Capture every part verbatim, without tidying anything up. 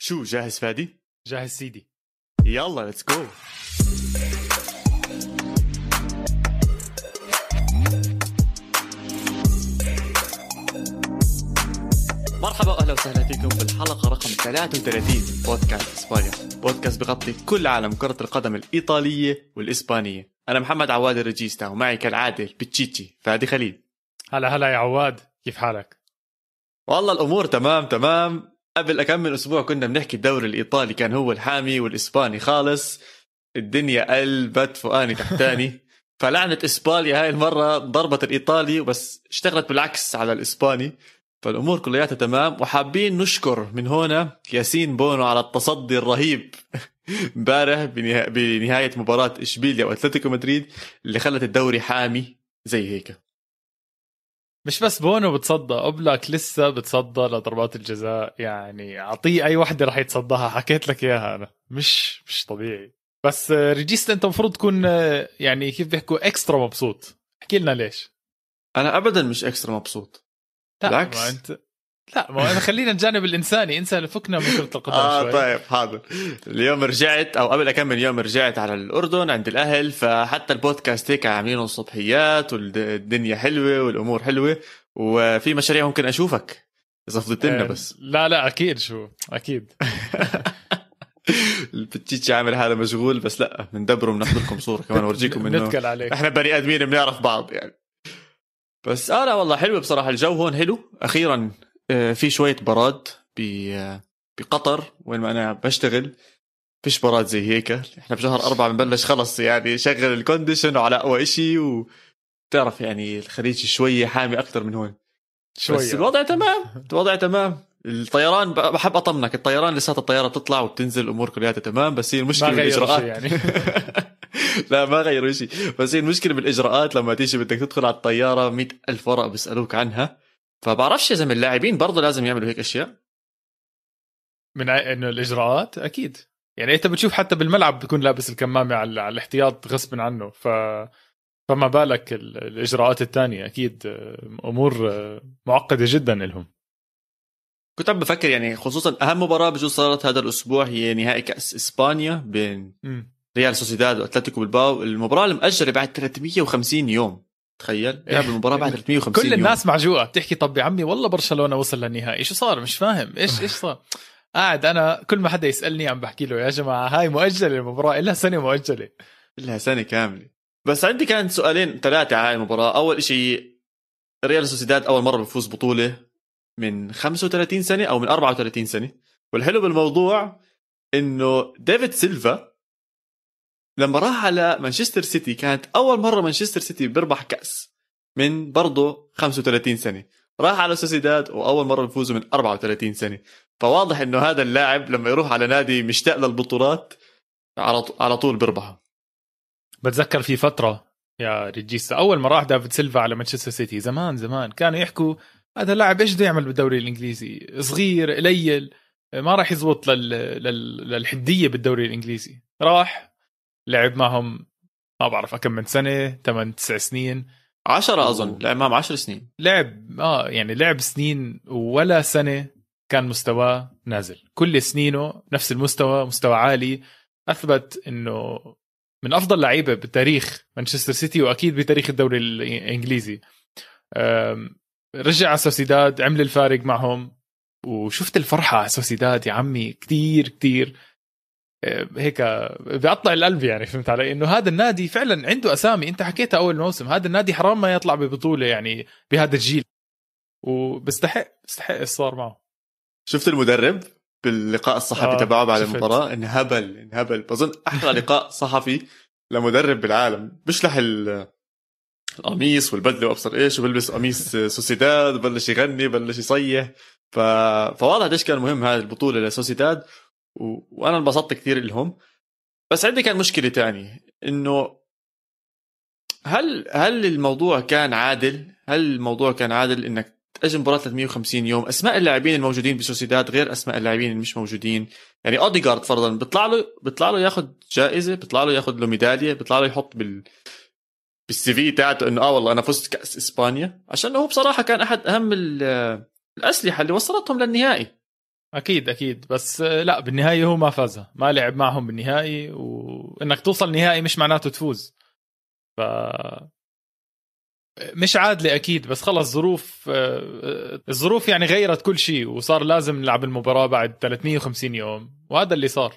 شو جاهز فادي؟ جاهز سيدي. يلا ليتس جو. مرحبا واهلا وسهلا فيكم في الحلقه رقم ثلاثة وثلاثين بودكاست اسبانيا، بودكاست بغطي كل عالم كره القدم الايطاليه والاسبانيه. انا محمد عواد الرجيستا، ومعي كالعاده البتشيتشي فادي خليل. هلا هلا يا عواد، كيف حالك؟ والله الامور تمام تمام. قبل أكمل أسبوع كنا بنحكي الدوري الإيطالي كان هو الحامي والإسباني خالص، الدنيا قلبت فوقاني تحتاني. فلعنة إسبانيا هاي المرة ضربت الإيطالي وبس اشتغلت بالعكس على الإسباني، فالأمور كلياتها تمام. وحابين نشكر من هنا ياسين بونو على التصدي الرهيب امبارح بنها... بنهاية مباراة إشبيليا وأتلتيكو مدريد اللي خلت الدوري حامي زي هيك. مش بس بونو بتصدى، أوبلاك لسه بتصدى لضربات الجزاء، يعني أعطيه أي واحدة رح يتصداها. حكيت لك إياها أنا، مش مش طبيعي. بس ريجيستا أنت مفروض تكون يعني كيف بيحكوا إكسترا مبسوط. احكي لنا ليش. أنا أبدا مش إكسترا مبسوط، بالعكس. ما أنت لا ما أنا خلينا الجانب الإنساني، إنسان فكنا من كرة القدم آه شوي. طيب حاضر. اليوم رجعت أو قبل أكمل يوم رجعت على الأردن عند الأهل، فحتى البودكاست هيك عاملينه الصبحيات والدنيا حلوة والأمور حلوة، وفي مشاريع ممكن أشوفك إذا فضلت لنا. بس لا لا أكيد، شو أكيد. البتشيتشي عامل هذا مشغول، بس لا بندبره بناخذ لكم صورة كمان ورجيكم إنه إحنا بني آدمين بنعرف بعض يعني. بس آه لا والله حلوة بصراحة، الجو هون حلو أخيرا. في شوية براد بقطر وين ما أنا بشتغل، فيش براد زي هيك. إحنا بشهر أربعة بنبلش خلص يعني شغل الكونديشن وعلى أقوى إشي، وتعرف يعني الخليج شوية حامي أكتر من هون شوية. بس الوضع تمام، الوضع تمام. الطيران بحب أطمنك، الطيران لسات الطيارة بتطلع وبتنزل، الأمور كلها تمام. بس هي المشكلة بالإجراءات يعني. لا ما غيروا شيء، بس هي المشكلة بالإجراءات. لما تيجي بدك تدخل على الطيارة مئة ألف ورقة بيسألوك عنها، فبعرفش إذا من اللاعبين برضو لازم يعملوا هيك أشياء. من إنه الإجراءات أكيد يعني أنت بتشوف حتى بالملعب بيكون لابس الكمامة على, على الاحتياط غصب عنه، ف فما بالك الإجراءات الثانية. أكيد أمور معقدة جدا لهم. كنت عم بفكر يعني خصوصا أهم مباراة بجوز صارت هذا الأسبوع هي نهائي كأس إسبانيا بين م. ريال سوسيداد وأتلتيكو بالباو. المباراة المؤجلة بعد ثلاثمية وخمسين يوم، تخيل لعب المباراة بعد ثلاثمية وخمسين كل يوم. الناس معجوقة بتحكي طب يا عمي والله برشلونة وصل للنهائي، شو صار؟ مش فاهم إيش إيش صار. قاعد أنا كل ما حدا يسألني عم بحكي له يا جماعة هاي مؤجلة المباراة، إلها سنة مؤجلة، إلها سنة كاملة. بس عندي كان سؤالين ثلاثة على المباراة. أول إشي، ريال سوسيداد أول مرة بفوز بطولة من خمسة وثلاثين سنة أو من أربعة وثلاثين سنة. والحلو بالموضوع إنه ديفيد سيلفا لما راح على مانشستر سيتي كانت أول مرة مانشستر سيتي بيربح كأس من برضه خمسة وثلاثين سنة. راح على سوسيداد وأول مرة بفوزوا من أربعة وثلاثين سنة. فواضح إنه هذا اللاعب لما يروح على نادي مشتاق للبطولات على طول بيربحها. بتذكر في فترة يا ريجيستا أول ما راح ديفيد سيلفا على مانشستر سيتي زمان زمان كانوا يحكوا هذا اللاعب إيش بده يعمل بالدوري الإنجليزي، صغير قليل ما راح يزبط لل... لل... للحدية بالدوري الإنجليزي. راح لعب معهم ما بعرف كم من سنة، ثمانية تسع سنين، عشرة أظن لعب معهم عشر سنين. لعب آه يعني لعب سنين ولا سنة كان مستواه نازل. كل سنينه نفس المستوى، مستوى عالي. أثبت إنه من أفضل لعيبة بتاريخ مانشستر سيتي وأكيد بتاريخ الدوري الإنجليزي. رجع على سوسيداد عمل الفارق معهم، وشفت الفرحة على سوسيداد يا عمي كتير كتير هيك بيقطع القلب يعني. فهمت علي؟ إنه هذا النادي فعلا عنده أسامي. أنت حكيتها أول موسم، هذا النادي حرام ما يطلع ببطولة يعني بهذا الجيل، وبستحق بستحق صار معه. شفت المدرب باللقاء الصحفي آه تبعه بعد المباراة؟ انهبل انهبل بظن أحلى لقاء صحفي لمدرب بالعالم. بيشلح القميص والبدلة وأبصر إيش، وبلبس قميص سوسيداد وبلش يغني بلش يصيح. ف... فواضح ليش كان مهم هذه البطولة لسوسيداد، و... وأنا انبسطت كثير لهم. بس عندي كان مشكلة تانية، إنه هل هل الموضوع كان عادل؟ هل الموضوع كان عادل إنك تأجل مباراة ثلاثمية وخمسين يوم؟ أسماء اللاعبين الموجودين بسوسيداد غير أسماء اللاعبين اللي مش موجودين. يعني أوديغارد فرضاً بيطلع له بيطلع له ياخذ جائزة، بيطلع له ياخذ له ميدالية، بيطلع له يحط بال بالسي في تاعته إنه آه والله أنا فزت كأس إسبانيا، عشان هو بصراحة كان أحد أهم الأسلحة اللي وصلتهم للنهائي. اكيد اكيد، بس لا بالنهايه هو ما فازها، ما لعب معهم بالنهائي، وانك توصل نهائي مش معناته تفوز. ف مش عادله اكيد، بس خلص ظروف، الظروف يعني غيرت كل شيء، وصار لازم نلعب المباراه بعد ثلاثمية وخمسين يوم، وهذا اللي صار.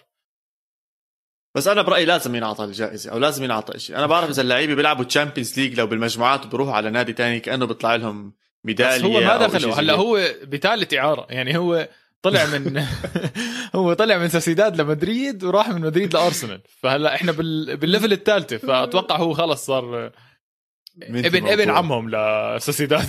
بس انا برايي لازم ينعطى الجائزه، او لازم ينعطى شيء. انا بعرف اذا اللعيبه بيلعبوا تشامبيونز ليج لو بالمجموعات بيروحوا على نادي تاني كانه بيطلع لهم ميداليه، بس هو ما دخلوا هلا، هو بثالث اعاره يعني، هو طلع من هو طلع من سوسيداد لمدريد وراح من مدريد لارسنال، فهلا احنا بال... بالليفل الثالثه، فاتوقع هو خلص صار ابن موضوع. ابن عمهم لسوسيداد.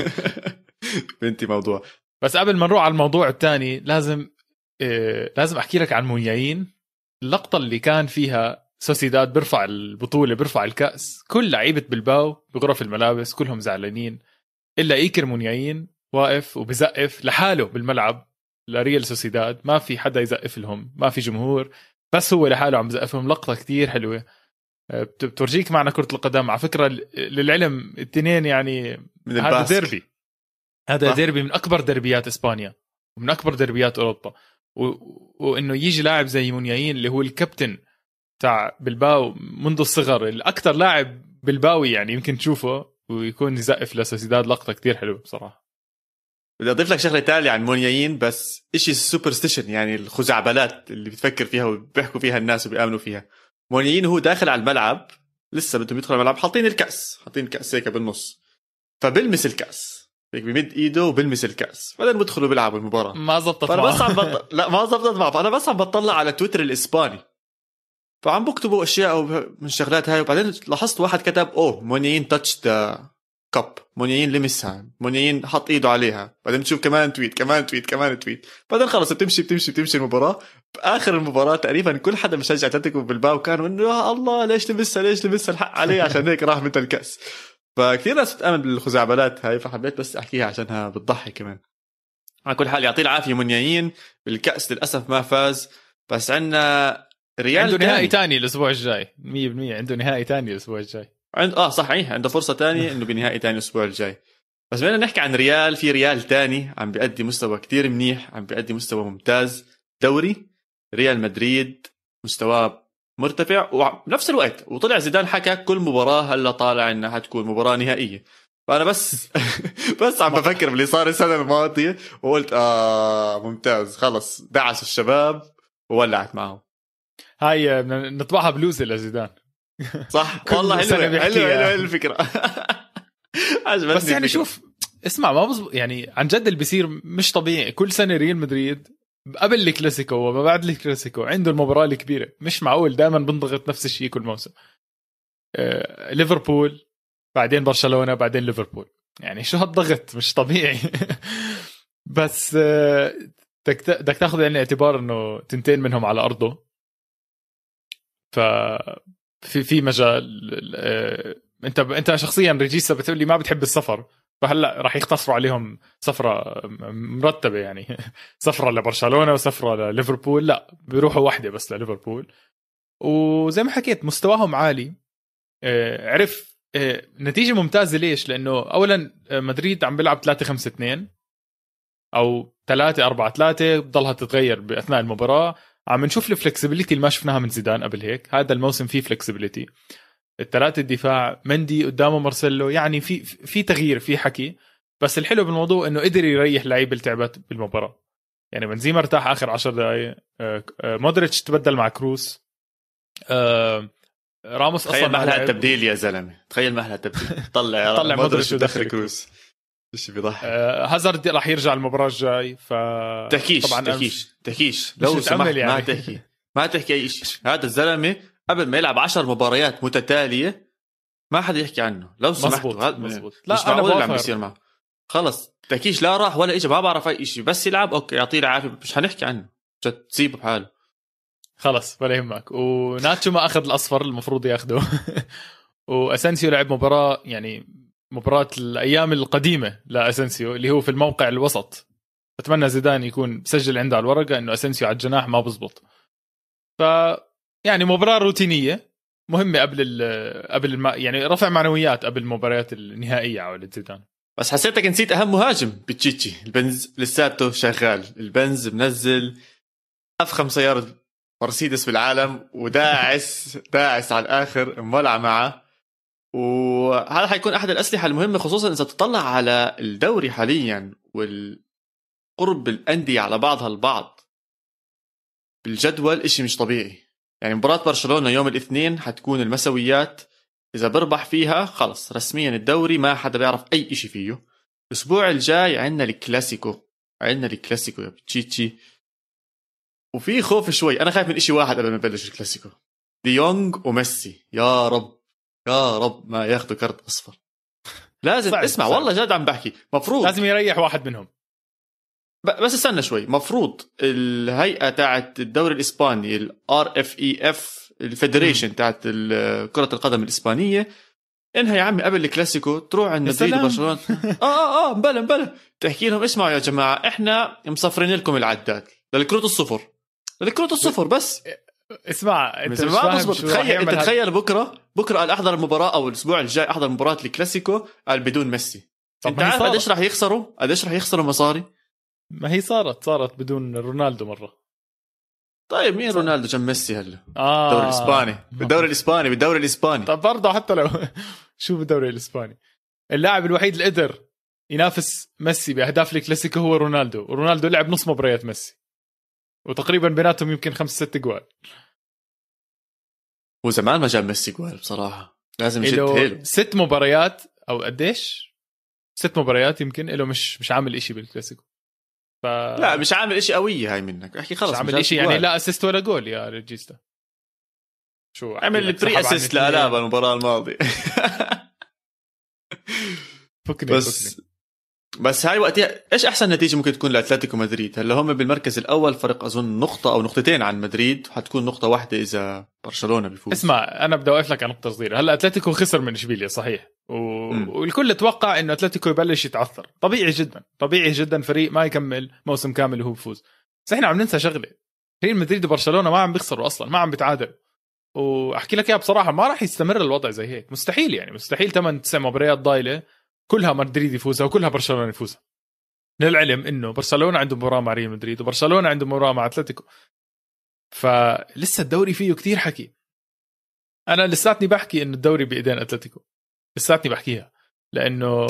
بنتي موضوع. بس قبل ما نروح على الموضوع الثاني لازم إيه... لازم احكي لك عن مونياين. اللقطه اللي كان فيها سوسيداد بيرفع البطوله، بيرفع الكاس، كل لعيبه بلباو بغرف الملابس كلهم زعلانين الا ايكر مونياين واقف وبزقف لحاله بالملعب لريال سوسيداد، ما في حدا يزقف لهم، ما في جمهور، بس هو لحاله عم يزقفهم. لقطه كتير حلوه بتورجيك معنى كرة القدم. على فكرة للعلم الاثنين يعني هذا ديربي، هذا ديربي من أكبر دربيات إسبانيا ومن أكبر دربيات أوروبا، و... وإنه يجي لاعب زي مونياين اللي هو الكابتن تاع بلباو منذ الصغر، الأكثر لاعب بلباوي يعني يمكن تشوفه، ويكون يزقف لسوسيداد. لقطة كتير حلوة بصراحة. بدي أضيف لك شغلة تالية عن مونياين، بس إشي السوبرستيشن يعني الخزعبلات اللي بتفكر فيها وبيحكوا فيها الناس وبيآمنوا فيها. مونياين هو داخل على الملعب لسه بدهم يدخل الملعب، حاطين الكأس، حاطين الكأس هيك بالنص، فبلمس الكأس هيك بمد ايده وبلمس الكأس، بعدين بدخلوا بيلعبوا المباراة. ما زبطت معه. بس عم بط... لا ما زبطت معه. فأنا بس عم بطلع على تويتر الإسباني، فعم بكتبوا أشياء من الشغلات هاي، وبعدين لاحظت واحد كتب أوه مونياين تاتش ذا كاب، مونياين لمسها، مونياين حط ايده عليها. بعدين تشوف كمان تويت كمان تويت كمان تويت، بعدين خلص بتمشي بتمشي بتمشي المباراة. بآخر المباراة تقريبا كل حدا مشجع اتلتيكو بالباو كانوا انه يا الله ليش لمسها ليش لمسها الحق عليه، عشان هيك راح مثل الكأس. فكثير ناس بتآمن بالخزعبلات هاي، فحبيت بس احكيها عشانها بتضحك كمان. على كل حال يعطيه العافية مونياين. بالكأس للأسف ما فاز، بس عندنا ريال عنده نهائي تاني الأسبوع الجاي مية بالمية، عنده نهائي تاني الأسبوع الجاي. عند اه صحيح عنده فرصة تانية انه بنهائي تاني الاسبوع الجاي. بس بدنا نحكي عن ريال. في ريال تاني عم بيأدي مستوى كتير منيح، عم بيأدي مستوى ممتاز دوري. ريال مدريد مستواه مرتفع وبنفس الوقت، وطلع زيدان حكى كل مباراة هلا طالع انها حتكون مباراة نهائية. فانا بس بس عم بفكر باللي صار السنة الماضية وقلت اه ممتاز، خلص دعس الشباب وولعت معهم. هاي نطبعها بلوزة لزيدان. صح والله حلوة حلوة الفكرة. بس يعني شوف اسمع ما بزبط يعني، عن جد اللي بيصير مش طبيعي. كل سنة ريال مدريد قبل الكلاسيكو وما بعد الكلاسيكو عنده المباراة الكبيرة، مش معقول دائما بنضغط نفس الشيء كل موسم. آه، ليفربول بعدين برشلونة بعدين ليفربول، يعني شو هالضغط مش طبيعي. بس آه، بدك تاخذ يعني اعتبار انه تنتين منهم على أرضه، ف في في مجال. آه، انت انت شخصيا ريجيستا بتقول لي ما بتحب السفر، فهلا راح يختصروا عليهم سفره مرتبه يعني. سفره لبرشلونه وسفره لليفربول، لا بيروحوا واحده بس لليفربول. وزي ما حكيت مستواهم عالي. عرف نتيجه ممتازه. ليش؟ لانه اولا مدريد عم بيلعب ثلاثة خمسة اثنين او ثلاثة أربعة ثلاثة، بضلها تتغير باثناء المباراه. عم نشوف الفلكسبيليتي اللي ما شفناها من زيدان قبل هيك. هذا الموسم فيه فلكسبيليتي. الثلاثة الدفاع مندي قدامه مارسيلو، يعني في في تغيير في حكي. بس الحلو بالموضوع انه قدر يريح لعيبه اللي تعبت بالمباراه. يعني بنزيما ارتاح اخر عشر دقائق، مودريتش تبدل مع كروس، راموس اصلا تخيل محلها التبديل يا زلمه، تخيل محلها التبديل. طلع طلع مودريتش ودخل كروس، ايش بيضحك. هازارد راح يرجع المباراه الجاي. ف تحكيش طبعا تحكيش تحكيش لو سمحت يعني. ما تحكي ما تحكي اي شيء. هذا الزلمه قبل ما يلعب عشر مباريات متتاليه ما حد يحكي عنه لو سمحتوا. هذا مزبوط. لا مش معقول اللي عم بيصير معه. خلص تحكيش لا راح ولا اجى، ما بعرف اي شيء، بس يلعب اوكي يعطيه العافيه، مش حنحكي عنه، جد تسيبه بحاله خلص ولا يهمك. وناتشو ما اخذ الاصفر المفروض ياخده. واسنسيو لعب مباراه يعني مباراه الايام القديمه لاسنسيو اللي هو في الموقع الوسط. اتمنى زيدان يكون سجل عنده على الورقه انه اسنسيو على الجناح ما بزبط. ف يعني مباراه روتينيه مهمه قبل ال قبل الم... يعني رفع معنويات قبل المباريات النهائيه على زيدان. بس حسيتك نسيت اهم مهاجم بتشيتشي. البنز لساته شغال، البنز منزل افخم سياره مرسيدس في العالم وداعس داعس على الاخر، مولع معه. وهذا حيكون احد الاسلحه المهمه، خصوصا اذا تطلع على الدوري حاليا والقرب الانديه على بعضها البعض بالجدول. اشي مش طبيعي. يعني مباراة برشلونة يوم الاثنين حتكون المسويات، إذا بربح فيها خلص رسميا الدوري ما حدا بيعرف أي إشي فيه. الأسبوع الجاي عندنا الكلاسيكو، عندنا الكلاسيكو يا بتشيتشي، وفي خوف شوي. أنا خايف من إشي واحد قبل ما نبلش الكلاسيكو، دي يونغ وميسي. يا رب يا رب ما ياخدوا كرت أصفر. لازم صعب اسمع صعب. والله جد عم بحكي، مفروض لازم يريح واحد منهم. بس استنى شوي. مفروض الهيئة تاعت الدوري الإسباني ال آر إف إي إف الفيدريشن تاعت كرة القدم الإسبانية إنها يا عمي قبل الكلاسيكو تروح عند مدريد وبرشلونة آه آه آه مبلا مبلا تحكي لهم اسمعوا يا جماعة إحنا مصفرين لكم العداد للكروت الصفر، للكروت الصفر بس. اسمع انت مش ما فاهم بزبط. شو راح تخيل يعمل انت هاد- تخيل بكره بكره قال احضر المباراه او الاسبوع الجاي احضر مباراه الكلاسيكو قال بدون ميسي. طب انت ما هي عارف صارت. قديش راح يخسروا قديش راح يخسروا مصاري. ما هي صارت صارت بدون رونالدو مرة. طيب مين رونالدو جنب ميسي هلا؟ آه الدوري الاسباني بالدوري الاسباني بالدوري الاسباني طب برضه حتى لو شو بالدوري الإسباني اللاعب الوحيد اللي قدر ينافس ميسي بأهداف الكلاسيكو هو رونالدو، ورونالدو لعب نص مباريات ميسي وتقريبا بيناتهم يمكن خمس ست جوال. وزمان ما جاب ميسي جوال بصراحه، لازم يشد له هيله. ست مباريات او قديش ست مباريات يمكن له مش مش عامل إشي بالكلاسيكو. ف... لا مش عامل إشي قوية هاي منك، احكي خلص مش عامل جاب إشي جوال. يعني لا اسيست ولا جول يا ريجيستا. شو عمل لك؟ بري سحب عن اسيست الاثنين. لألابا المباراة الماضية. فكني بس فكني. بس هاي وقتها ايش احسن نتيجة ممكن تكون لأتلتيكو مدريد؟ هلا هم بالمركز الاول فرق اظن نقطة او نقطتين عن مدريد، وحتكون نقطة واحدة اذا برشلونة بيفوز. اسمع انا بدي اوقف لك على نقطه صغيره. هلا اتلتيكو خسر من اشبيليا صحيح و... والكل توقع انه اتلتيكو يبلش يتعثر. طبيعي جدا طبيعي جدا فريق ما يكمل موسم كامل وهو بفوز. بس احنا عم ننسى شغله، ريال مدريد وبرشلونه ما عم بيخسروا اصلا، ما عم بيتعادلوا. واحكي لك اياها بصراحه ما راح يستمر الوضع زي هيك، مستحيل يعني مستحيل ثمانية تسع مباريات ضايله كلها مدريد يفوزها وكلها برشلونه يفوزها. للعلم انه برشلونه عنده مباراه مع ريال مدريد وبرشلونه عنده مباراه مع اتلتيكو، فلسه الدوري فيه كتير حكي. انا لساتني بحكي انه الدوري بايدين اتلتيكو، لساتني بحكيها لانه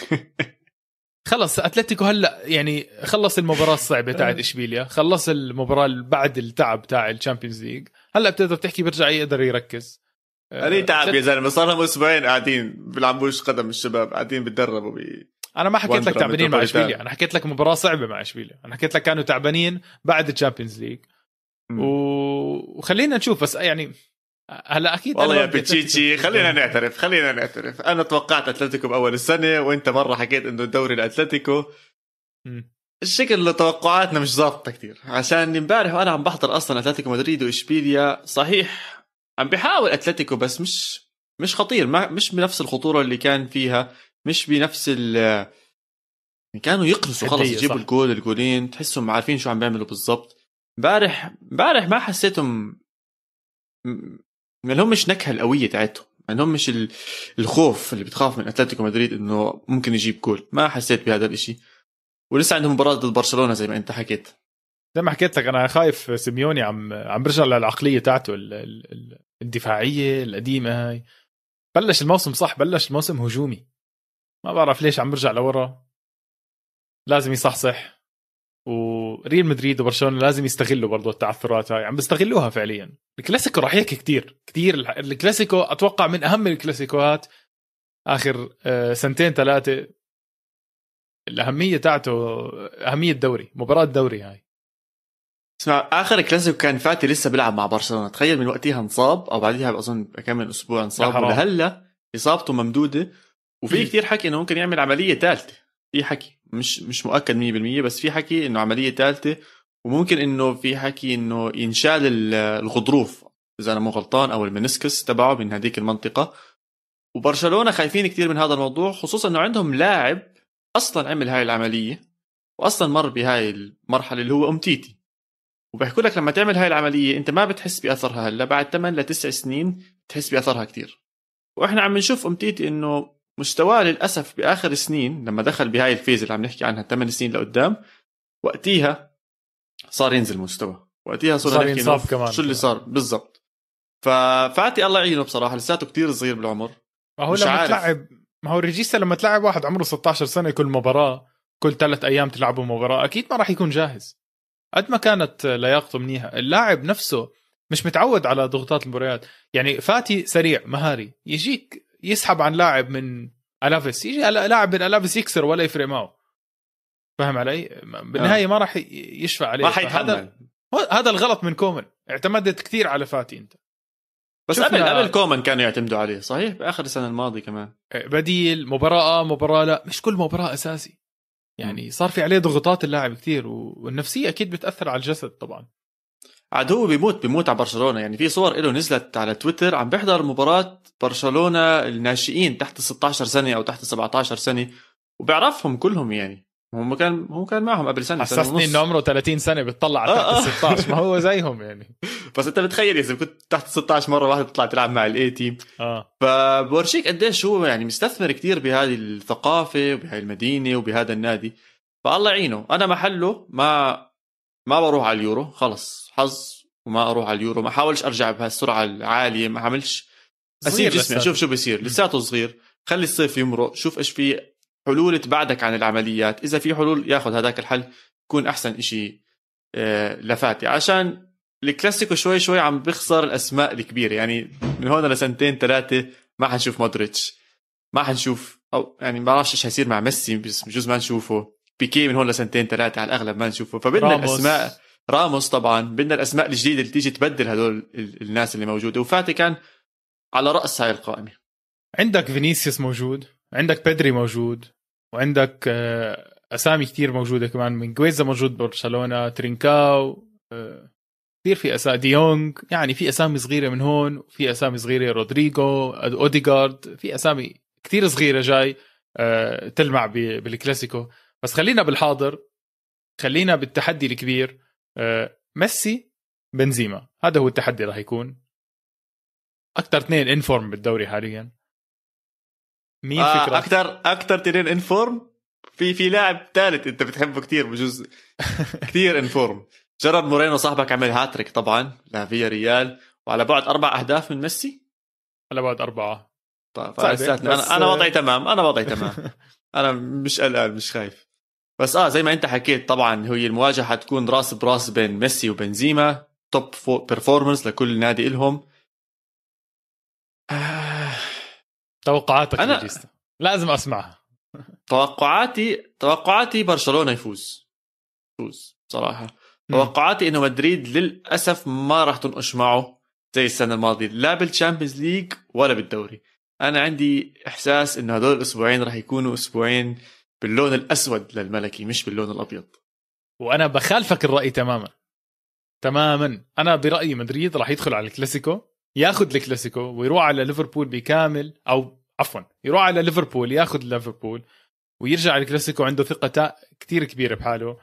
خلص اتلتيكو هلا يعني خلص المباراه الصعبه تاعت اشبيليا، خلص المباراه بعد التعب تاع الشامبيونز ليج، هلا بتقدر تحكي برجع يقدر يركز. أنا تعب يا زلمة، صار لهم أسبوعين قاعدين بيلعبوش قدم، الشباب قاعدين بتدربوا بي... انا ما حكيت لك وندرة تعبانين مع متروبوليتان. اشبيليا، انا حكيت لك مباراه صعبه مع اشبيليا، انا حكيت لك كانوا تعبانين بعد الشامبيونز ليج و... وخلينا نشوف. بس يعني هلا اكيد والله أنا يا بدي بتشيتشي أتلتيكو- خلينا نعترف خلينا نعترف انا توقعت اتلتيكو باول السنه، وانت مره حكيت انه الدوري الاتلتيكو. مم. الشكل اللي توقعاتنا مش ظابطه كتير، عشان امبارح وانا عم بحضر اصلا اتلتيكو مدريد واشبيليا. صحيح عم بيحاول اتلتيكو بس مش مش خطير، ما مش بنفس الخطوره اللي كان فيها، مش بنفس ال كانوا يقرصوا خلص حدية، يجيبوا صح. الجول الجولين تحسهم عارفين شو عم بيعملوا بالضبط. امبارح امبارح ما حسيتهم م- ما لهم مش نكهه القويه تاعتهم، ما لهم مش ال- الخوف اللي بتخاف من اتلتيكو مدريد انه ممكن يجيب جول. ما حسيت بهذا الاشي، ولسه عندهم مباراه ضد برشلونه زي ما انت حكيت. زي ما حكيت لك انا خايف سيميوني عم عم برجع للعقليه تاعته ال- ال- ال- الدفاعيه القديمه هاي. بلش الموسم صح، بلش الموسم هجومي، ما بعرف ليش عم برجع لورا. لازم يصحصح، وريال مدريد وبرشلونه لازم يستغلوا برضو التعثرات هاي، عم بيستغلوها فعليا. الكلاسيكو راح يحكي كتير كتير. الكلاسيكو اتوقع من اهم الكلاسيكوات اخر آه، سنتين ثلاثه. الاهميه تاعته اهميه دوري، مباراه دوري هاي. اسمع اخر كلاسيكو كان فاتي لسه بيلعب مع برشلونه، تخيل من وقتها انصاب او بعدها اظن كم من اسبوع انصاب، ولهلا اصابته ممدوده. وفي كتير حكي انه ممكن يعمل عمليه ثالثه، في حكي مش مش مؤكد مية بالمية بس في حكي انه عمليه ثالثه، وممكن انه في حكي انه ينشال ال- الغضروف اذا انا مو غلطان او المنسكس تبعه من هذيك المنطقه. وبرشلونه خايفين كتير من هذا الموضوع، خصوصا انه عندهم لاعب اصلا عمل هاي العمليه واصلا مر بهاي المرحله اللي هو امتيتي. وبحكوا لك لما تعمل هاي العمليه انت ما بتحس باثرها هلا، بعد ثمانية لتسع سنين بتحس باثرها كتير. واحنا عم نشوف امتيتي انه مستواه للاسف باخر سنين لما دخل بهاي الفيز اللي عم نحكي عنها ثمان سنين لقدام، وقتيها صار ينزل مستوى، وقتيها صار ينصاب كمان. شو اللي صار بالضبط؟ ففاتي الله يعينه بصراحه، لساته كتير صغير بالعمر. ما هو لما تلعب، ما هو ريجيستا لما تلعب واحد عمره ستة عشر سنه كل مباراه، كل ثلاث ايام تلعبوا مباراه، اكيد ما راح يكون جاهز. قد ما كانت لياقته منيحه، اللاعب نفسه مش متعود على ضغوطات المباريات. يعني فاتي سريع مهاري، يجيك يسحب عن لاعب من ألافيس، يجي لاعب من ألافيس يكسر ولا يفرق معه، فهم علي؟ بالنهايه ما راح يشفع عليه. هذا هذا الغلط من كومن، اعتمدت كثير على فاتي انت. بس قبل قبل كومان كانوا يعتمدوا عليه صحيح باخر السنه الماضيه كمان، بديل مباراه مباراه لا مش كل مباراه اساسي. يعني صار في عليه ضغوطات اللاعب كتير، والنفسيه اكيد بتاثر على الجسد طبعا. عاد هو بيموت بيموت على برشلونه. يعني في صور له نزلت على تويتر عم بيحضر مباراه برشلونه الناشئين تحت ستة عشر سنه او تحت سبعة عشر سنه، وبيعرفهم كلهم. يعني هو كان هو كان معهم قبل سنه. حسسني انه عمره ثلاثين سنه بتطلع على تحت آه ستة عشر. ما هو زيهم يعني. بس انت بتخيل اذا كنت تحت ستة عشر مره واحده تطلع تلعب مع الاي تيم. اه فبورجيك قديش هو يعني مستثمر كتير بهذه الثقافه وبهذه المدينه وبهذا النادي. فالله يعينه. انا محله ما ما بروح على اليورو، خلص حظ وما اروح على اليورو. ما حاولش ارجع بهالسرعه العاليه، ما عملش اسيب جسمي اشوف شو بيصير. لساته صغير، خلي الصيف يمرق، شوف ايش في حلول تبعدك عن العمليات. اذا في حلول ياخذ هذاك الحل، يكون احسن إشي لفاتي. عشان الكلاسيكو شوي شوي عم بيخسر الاسماء الكبيره. يعني من هون لسنتين ثلاثه ما حنشوف مودريتش، ما حنشوف، او يعني ما بعرفش ايش حيصير مع ميسي، بس بجوز ما نشوفه. بيكي من هون لسنتين ثلاثه على الاغلب ما نشوفه. فبدنا الاسماء، راموس طبعا، بدنا الاسماء الجديده اللي تيجي تبدل هدول الناس اللي موجوده. وفاتي كان على راس هاي القائمه. عندك فينيسيوس موجود، عندك بيدري موجود، وعندك اسامي كتير موجوده كمان. من جويزا موجود برشلونه، ترينكاو، كثير في اسامي، ديونغ. يعني في اسامي صغيره من هون، وفي اسامي صغيره، رودريغو، اوديغارد. في اسامي كتير صغيره جاي تلمع بالكلاسيكو. بس خلينا بالحاضر، خلينا بالتحدي الكبير. ميسي بنزيما، هذا هو التحدي. راح يكون اكثر اثنين انفورم بالدوري حاليا. مين آه فكرة؟ اكثر اكثر اثنين انفورم. في في لاعب ثالث انت بتحبه كتير بجوز كتير انفورم. جرد مورينو صاحبك عمل هاتريك طبعا لفيا ريال، وعلى بعد اربع اهداف من ميسي. على بعد اربعه. طيب انا انا وضعي تمام، انا وضعي تمام. انا مش قلقان مش خايف. بس اه زي ما انت حكيت طبعا، هي المواجهه حتكون راس براس بين ميسي وبنزيما. توب بيرفورمانس لكل نادي لهم. آه. توقعاتك أنا... لجيستا لازم اسمعها. توقعاتي توقعاتي برشلونه يفوز يفوز صراحه. توقعاتي انه مدريد للاسف ما راح تنقش معه زي السنه الماضيه، لا بالتشامبيونز ليج ولا بالدوري. انا عندي احساس انه هذول الاسبوعين راح يكونوا اسبوعين باللون الاسود للملكي مش باللون الابيض. وانا بخالفك الراي تماما تماما. انا برايي مدريد راح يدخل على الكلاسيكو، ياخذ الكلاسيكو ويروح على ليفربول بكامل، او عفوا يروح على ليفربول ياخذ ليفربول ويرجع على الكلاسيكو عنده ثقه كتير كبيره بحاله،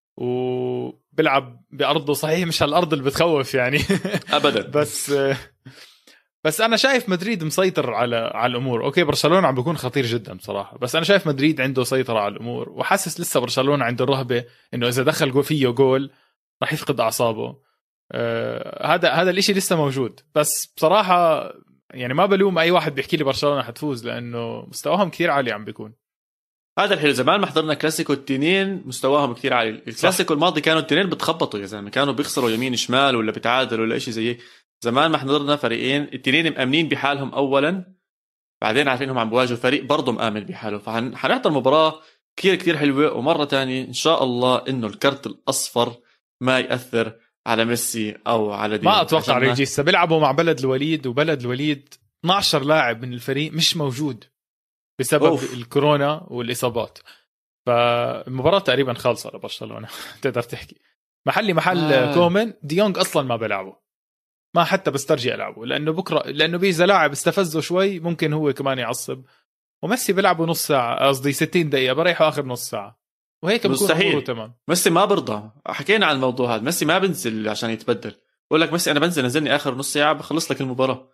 وبلعب بأرضه. صحيح مش هالأرض اللي بتخوف يعني أبدا. بس بس أنا شايف مدريد مسيطر على على الأمور. أوكي برشلونة عم بيكون خطير جدا بصراحة، بس أنا شايف مدريد عنده سيطرة على الأمور، وحاسس لسه برشلونة عنده الرهبة إنه إذا دخل فيه جول راح يفقد أعصابه. آه هذا هذا الإشي لسه موجود. بس بصراحة يعني ما بلوم أي واحد بيحكي لي برشلونة حتفوز، لأنه مستواهم كتير عالي عم بيكون. هذا الحلو. زمان ما حضرنا كلاسيكو التنين مستواهم كتير عالي. الكلاسيكو الماضي كانوا التنين بتخبطوا يا زلمه، كانوا بيخسروا يمين شمال ولا بتعادلوا ولا إشي زي. زمان ما حضرنا فريقين التنين مأمنين بحالهم اولا، بعدين عارفين انهم عم بواجهوا فريق برضه مآمن بحاله. فحنحضر مباراه كتير كتير حلوه. ومره تانية ان شاء الله انه الكرت الاصفر ما يأثر على ميسي او على دي. ما اتوقع ريجيستا بيلعبوا مع بلد الوليد، وبلد الوليد اثنا عشر لاعب من الفريق مش موجود بسبب أوف. الكورونا والإصابات. فالمباراة تقريبا خالصة لبرشلونة تقدر تحكي. محلي محل آه. كومن. ديونغ أصلا ما بلعبه، ما حتى بسترجع ألعبه، لأنه بكرة لأنه بيجي لاعب استفزه شوي ممكن هو كمان يعصب. وميسي بيلعبه نص ساعة، قصدي ستين دقيقة، بريحه آخر نص ساعة، وهيك بكون أموره تمام. ميسي ما برضى. حكينا عن الموضوع هذا. ميسي ما بنزل عشان يتبدل. بقول لك ميسي أنا بنزل نزلني آخر نص ساعة بخلص لك المباراة.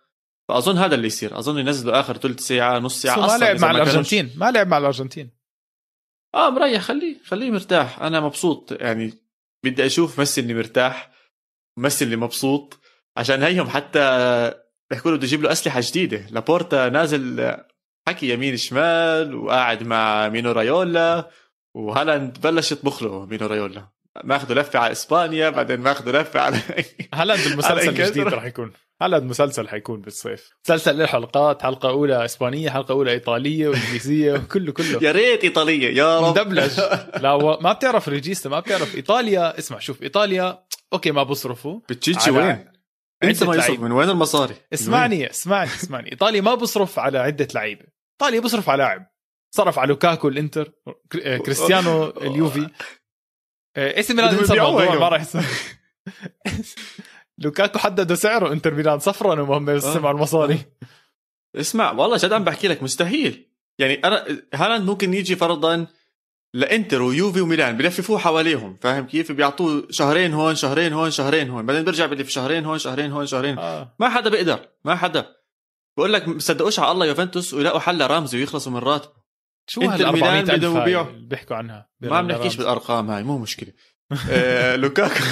فاظن هذا اللي يصير، اظن ينزلوا اخر ثلث ساعه نص ساعه. ما لعب مع الارجنتين كانوش... ما لعب مع الارجنتين اه مريح، خليه خليه مرتاح. انا مبسوط يعني، بدي اشوف ميسي اللي مرتاح، ميسي اللي مبسوط، عشان هيهم حتى بيحكوا له بده يجيب له اسلحه جديده. لابورتا نازل حكي يمين شمال وقاعد مع مينو رايولا، وهالاند بلش يطبخ له مينو رايولا، ماخذه لفه على اسبانيا بعدين ماخذه لفه على هالاند. المسلسل الجديد راح يكون هالاند مسلسل حيكون بالصيف، مسلسل له حلقات، حلقه اولى اسبانيه، حلقه اولى ايطاليه وانجليزيه وكله كله. يا ريت ايطاليه يا رب مدبلج. لا و... ما بتعرف ريجيستا، ما بتعرف ايطاليا. اسمع شوف، ايطاليا اوكي ما بصرفوا بتشيتشي وين انت ما يصرف من وين المصاري؟ اسمعني اسمعني اسمعني ايطاليا ما بصرف على عده لعيبه، ايطاليا بصرف على لاعب. صرف على لوكاكو الانتر، كريستيانو اليوفي، اسم ميلان انسى الموضوع ما راح يصير. لوكاكو حددوا سعره، انتر ميلان صفروا وهم يسمعوا المصاري. اسمع والله جد عم بحكي لك مستحيل يعني. انا هالاند ممكن يجي فرضا لانتر ويوفي وميلان بلففوه حواليهم، فاهم كيف؟ بيعطوه شهرين هون شهرين هون شهرين هون، بعدين بيرجع بلف شهرين هون شهرين هون شهرين. آه. ما حدا بيقدر، ما حدا بقول لك صدقوش على الله يوفنتوس ويلاقوا حل رامزي ويخلصوا من راتبه. شو هالأربعمية ألف بيحكوا عنها؟ ما بنحكيش بالأرقام هاي، مو مشكلة. آه لوكاكو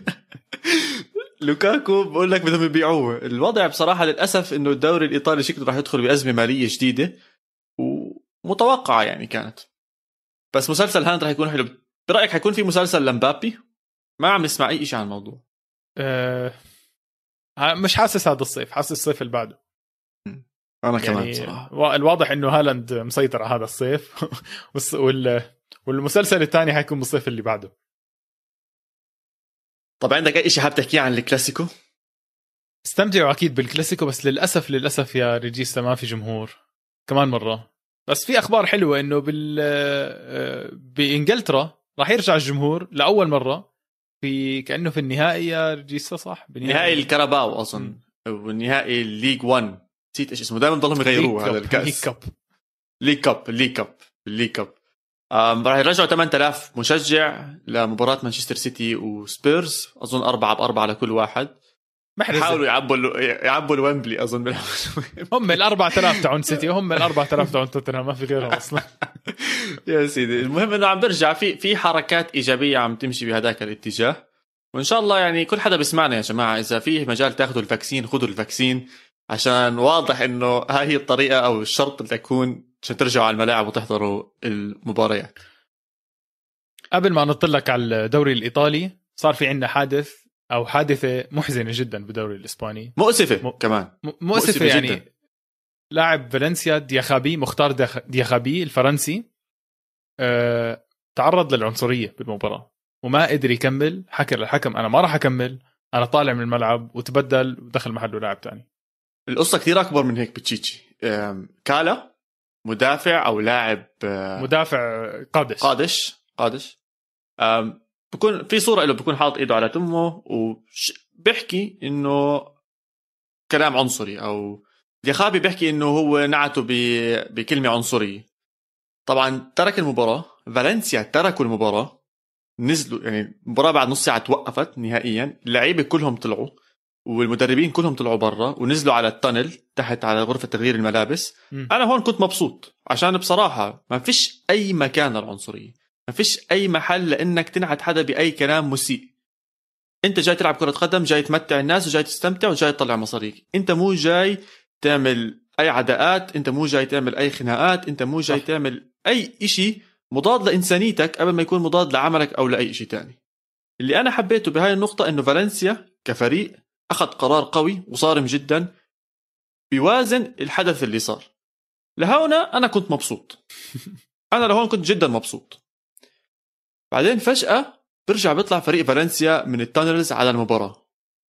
لوكاكو بقول لك بدهم يبيعوه. الوضع بصراحة للأسف إنه الدوري الإيطالي شكله راح يدخل بأزمة مالية جديدة ومتوقعة يعني كانت. بس مسلسل هالاند راح يكون حلو. برأيك حيكون في مسلسل لمبابي؟ ما عم نسمع أي شيء عن الموضوع. أه مش حاسس هذا الصيف، حاسس الصيف اللي بعده. أنا يعني كمان صراحة. الواضح إنه هالاند مسيطر على هذا الصيف. وال والمسلسل الثاني حيكون بالصيف اللي بعده. طب عندك أي شيء حاب تحكيه عن الكلاسيكو؟ استمتعوا أكيد بالكلاسيكو، بس للأسف للأسف يا ريجيستا ما في جمهور كمان مرة. بس في أخبار حلوة إنه بال بإنجلترا راح يرجع الجمهور لأول مرة في كأنه في النهائي يا ريجيستا، صح؟ بنهائي الكاراباو أظن، والنهائي الليج وان، نسيت إيش اسمه، دائما ضلهم يغيروه هذا الكأس. ليج كاب ليج كاب ليج كاب ليج كاب. راح يرجعوا ثمانية آلاف مشجع لمباراة مانشستر سيتي وسبيرز، أظن أربعة بأربعة لكل واحد. حاولوا يعبوا يعبوا الويمبلي أظن. هم الأربعة آلاف تاعون سيتي، هم الأربعة آلاف تاعون توتنهام، ما في غيرهم أصلا. يا سيدي المهم إنه عم برجع في في حركات إيجابية عم تمشي بهذاك الاتجاه، وإن شاء الله يعني كل حدا بيسمعنا يا جماعة إذا فيه مجال تاخذوا الفاكسين خذوا الفاكسين، عشان واضح إنه هاي هي الطريقة أو الشرط اللي تكون عشان ترجعوا على الملاعب وتحضروا المباريات. قبل ما نطلق على الدوري الإيطالي، صار في عندنا حادث أو حادثة محزنة جدا بالدوري الإسباني، مؤسفة م... كمان م... مؤسفة, مؤسفة يعني جداً. لاعب فالنسيا دياخابي، مختار دياخابي الفرنسي، أه... تعرض للعنصرية بالمباراة وما قدر يكمل. حكى للحكم أنا ما راح أكمل، أنا طالع من الملعب، وتبدل ودخل محله لاعب تاني. القصة كتير أكبر من هيك بتشيتشي. كالا مدافع أو لاعب مدافع قادش قادش قادش بكون في صورة له بكون حاط إيده على تمه وبيحكي إنه كلام عنصري، أو دياخابي بيحكي إنه هو نعته بكلمة عنصرية. طبعا ترك المباراة، فالنسيا تركوا المباراة، نزلوا يعني المباراة بعد نص ساعة توقفت نهائيا، اللعيبة كلهم طلعوا والمدربين كلهم طلعوا برا ونزلوا على التانل تحت على غرفة تغيير الملابس. م. أنا هون كنت مبسوط عشان بصراحة ما فيش أي مكان للعنصرية، ما فيش أي محل لأنك تنعت حدا بأي كلام مسيء. أنت جاي تلعب كرة قدم، جاي تمتع الناس وجاي تستمتع وجاي تطلع مصاريك. أنت مو جاي تعمل أي عداءات، أنت مو جاي تعمل أي خناقات، أنت مو جاي تعمل أي إشي مضاد لإنسانيتك قبل ما يكون مضاد لعملك أو لأي إشي تاني. اللي أنا حبيته بهاي النقطة إنه فالنسيا كفريق أخذ قرار قوي وصارم جدا بيوازن الحدث اللي صار. لهنا أنا كنت مبسوط. أنا لهون كنت جدا مبسوط. بعدين فجأة برجع بيطلع فريق فالنسيا من التانلز على المباراة.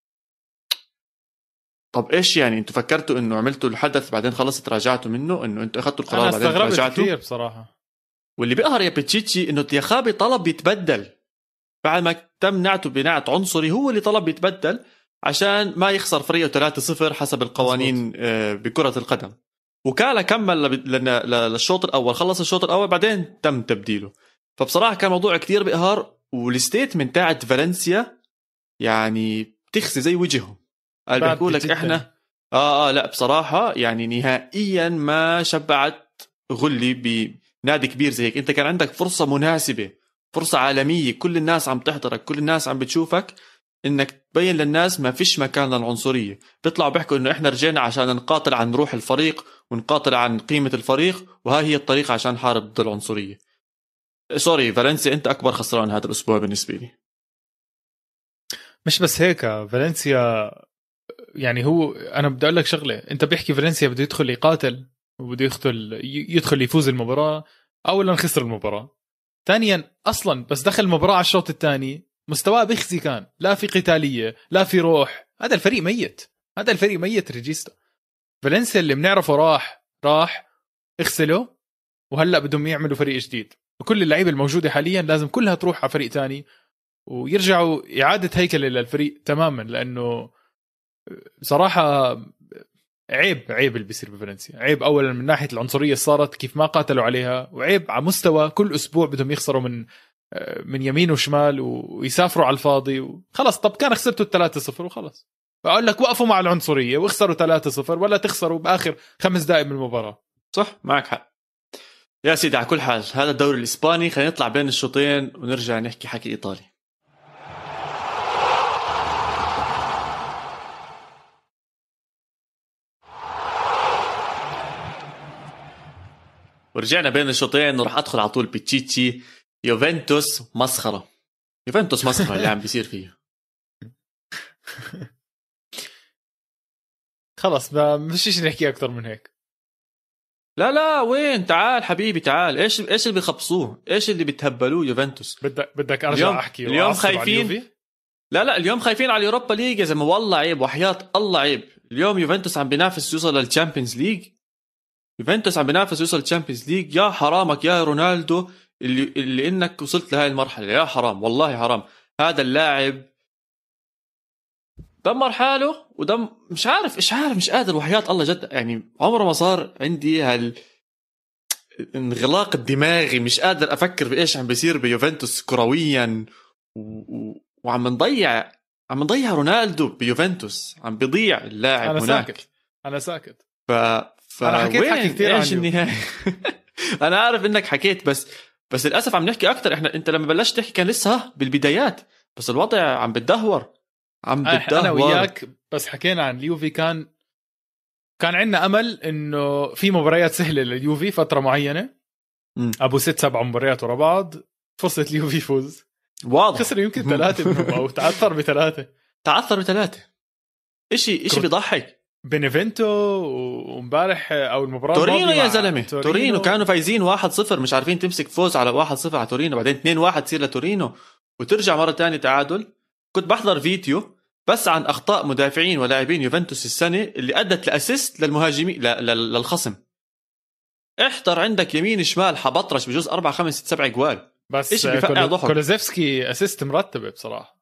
طب إيش يعني أنتوا فكرتوا إنه عملتوا الحدث بعدين خلص تراجعتوا منه، إنه أنتوا أخذتوا القرار بعدين تراجعتوا؟ أنا استغربت كثير بصراحة. واللي بيقهر يا بتشيتشي إنه دياخابي طلب يتبدل بعد ما تم نعته بنعت عنصري، هو اللي طلب يتبدل عشان ما يخسر فريقه ثلاثة صفر حسب القوانين بكرة القدم. وكالا كمل للشوط الأول، خلص الشوط الأول بعدين تم تبديله. فبصراحة كان موضوع كتير بقهار، والستيتمنت تاعت فالنسيا يعني بتخسي زي وجههم. قال بيقول لك احنا اه اه لا بصراحه يعني نهائيا ما شبعت غلي بنادي كبير زي هيك. انت كان عندك فرصه مناسبه، فرصه عالميه، كل الناس عم تحضرك، كل الناس عم بتشوفك، انك تبين للناس ما فيش مكان للعنصريه. بيطلعوا بيحكوا انه احنا رجعنا عشان نقاتل عن روح الفريق ونقاتل عن قيمه الفريق، وهاي هي الطريقه عشان نحارب ضد العنصريه. سوري فالنسيا، انت اكبر خسران هذا الاسبوع بالنسبه لي. مش بس هيك فالنسيا، يعني هو انا بدي اقول لك شغله، انت بيحكي فالنسيا بده يدخل يقاتل وبده يدخل يدخل يفوز المباراه. اولا خسر المباراه، ثانيا اصلا بس دخل المباراه على الشوط الثاني مستواه بيخزي، كان لا في قتاليه لا في روح. هذا الفريق ميت، هذا الفريق ميت ريجيستا. فالنسيا اللي بنعرفه راح راح اغسله، وهلا بدهم يعملوا فريق جديد، وكل اللعيبه الموجوده حاليا لازم كلها تروح على فريق تاني ويرجعوا اعاده هيكله للفريق تماما. لانه بصراحه عيب عيب اللي بيصير بفالنسيا، عيب اولا من ناحيه العنصريه اللي صارت كيف ما قاتلوا عليها، وعيب على مستوى كل اسبوع بدهم يخسروا من من يمين وشمال ويسافروا على الفاضي وخلص. طب كان خسرتوا ثلاثة صفر وخلص، بقول لك وقفوا مع العنصريه واخسروا ثلاثة صفر ولا تخسروا باخر خمس دقائق من المباراه. صح معك حق يا سيدي. على كل حال هذا الدوري الإسباني، خلينا نطلع بين الشوطين ونرجع نحكي حكي إيطالي. ورجعنا بين الشوطين وراح أدخل على طول بتشيتشي. يوفنتوس مسخرة، يوفنتوس مسخرة اللي عم بيصير فيه. خلص ما مش نحكي أكتر من هيك. لا لا وين، تعال حبيبي تعال. ايش ايش اللي بيخبصوه، ايش اللي بتهبلوه يوفنتوس؟ بدك بدك ارجع اليوم احكي اليوم خايفين. لا لا اليوم خايفين على اليوروبا ليج يا زلمه، والله عيب وحياة الله عيب. اليوم يوفنتوس عم بينافس يوصل للتشامبيونز ليج، يوفنتوس عم بينافس يوصل للتشامبيونز ليج. يا حرامك يا رونالدو اللي اللي انك وصلت لهي المرحله، يا حرام والله حرام. هذا اللاعب دمر حاله ودم مش عارف ايش عارف مش قادر وحياة الله جد. يعني عمره ما صار عندي هال انغلاق الدماغي، مش قادر افكر بايش عم بيصير بيوفنتوس كرويا و... و... وعم نضيع عم نضيع رونالدو بيوفنتوس، عم بيضيع اللاعب أنا هناك. ساكت انا ساكت ف... ف... انا حكيت حكي كثير ايش النهايه؟ انا عارف انك حكيت، بس بس للاسف عم نحكي اكثر. احنا انت لما بلشت تحكي كان لسه بالبدايات، بس الوضع عم بتدهور عم بتدهور. انا وياك بس حكينا عن اليوفي، كان كان عندنا امل انه في مباريات سهله لليوفي فتره معينه. م. ابو ست سبع مباريات ورا بعض فرصه اليوفي يفوز، واضح خسر يمكن ثلاثه منهم او تعثر بثلاثه تعثر بثلاثه. اشي اشي بيضحك. بينيفنتو ومبارح او المباراه تورينو يا زلمه، تورينو. تورينو كانوا فايزين واحد صفر، مش عارفين تمسك فوز على واحد صفر على تورينو، بعدين اثنين واحد تصير لتورينو وترجع مره تانية تعادل. كنت بحضر فيديو بس عن اخطاء مدافعين ولاعبين يوفنتوس السنه اللي ادت لاسيست للمهاجمين للخصم. احضر عندك يمين شمال حبطرش بجوز أربعة خمسة ست سبعة جوال. بس ايش بفقع ضحك. كولوزيفسكي اسيست مرتبه بصراحه.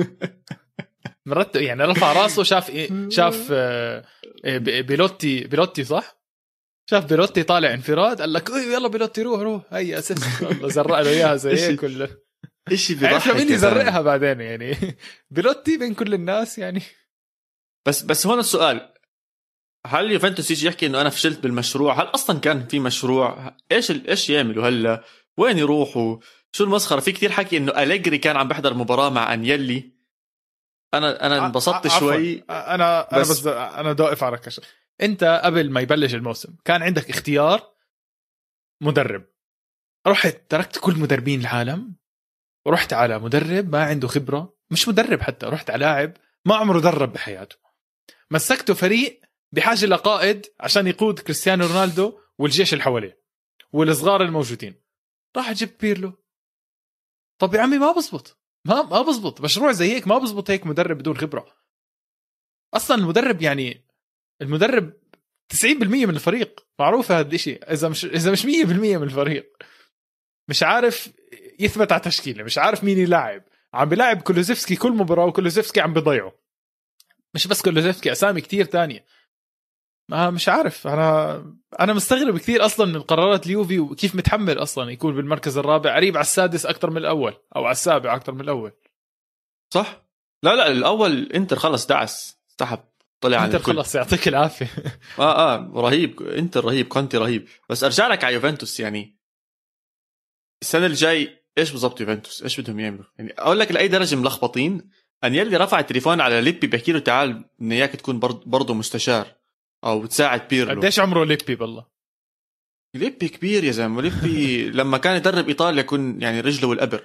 مرتب يعني رفع راسه شاف إيه؟ شاف بيلوتي بيلوتي صح، شاف بيلوتي طالع انفراد قال لك يلا بيلوتي روح روح هي اسيست. والله زرق له اياها زي هيك كله. ايش بيضحك مين يزرقها بعدين يعني. بيلوتي بين كل الناس يعني. بس بس هون السؤال، هل يوفنتوس يجي يحكي انه انا فشلت بالمشروع؟ هل اصلا كان في مشروع؟ ايش ايش يعملوا هلا؟ وين يروحوا؟ شو المسخره؟ في كتير حكي انه أليجري كان عم بيحضر مباراه مع انيلي. انا انا انبسطت شوي. انا انا بس, بس انا دوقف على كش. انت قبل ما يبلش الموسم كان عندك اختيار مدرب، رحت تركت كل مدربين العالم ورحت على مدرب ما عنده خبره، مش مدرب حتى، رحت على لاعب ما عمره درب بحياته، مسكته فريق بحاجه لقائد عشان يقود كريستيانو رونالدو والجيش اللي حواليه والصغار الموجودين. راح جبت بيرلو. طب يا عمي ما بزبط، ما ما بزبط مشروع زي هيك، ما بزبط هيك مدرب بدون خبره. اصلا المدرب يعني المدرب تسعين بالمية من الفريق، معروف هذا الشيء. اذا مش اذا مش مية بالمية من الفريق مش عارف يثبت على تشكيله، مش عارف مين يلاعب، عم بيلاعب كولوزيفسكي كل مباراه وكولوزيفسكي عم بيضيعه. مش بس كولوزيفسكي، اسامي كتير تانية. ما مش عارف، انا انا مستغرب كثير اصلا من قرارات اليوفي وكيف متحمل اصلا يكون بالمركز الرابع قريب على السادس اكثر من الاول او على السابع اكثر من الاول. صح. لا لا الاول انتر خلص دعس سحب طلع عن انت الكل. خلص يعطيك العافيه. اه اه رهيب، انت رهيب، كونتي رهيب. بس ارجع لك على يوفنتوس، يعني السنه الجاي ايش بالضبط يوفنتوس ايش بدهم يعملوا؟ يعني اقول لك لاي درجه ملخبطين. انيلي رفع التليفون على ليبي بيحكي له تعال بدنا اياك تكون برضه مستشار او بتساعد بيرلو. قديش عمره ليبي بالله؟ ليبي كبير يا زلمه. ليبي لما كان يدرب ايطاليا كن يعني رجله والابر،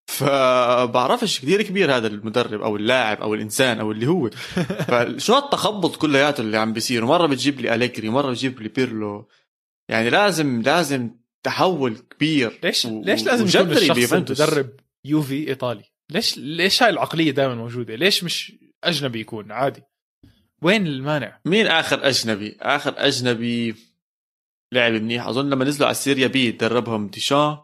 فبعرفش كثير كبير هذا المدرب او اللاعب او الانسان او اللي هو. فشو هالتخبط كلياته اللي عم بيصير؟ مره بتجيب لي أليجري، مره بتجيب لي بيرلو. يعني لازم لازم تحول كبير. ليش و... ليش لازم يكون وجذري الشخص بيوفنتوس. المدرب يوفي ايطالي؟ ليش ليش هاي العقليه دائما موجوده؟ ليش مش اجنبي يكون عادي؟ وين المانع؟ مين اخر اجنبي؟ اخر اجنبي لعب منيح اظن لما نزلوا على السيريا بي دربهم ديشان.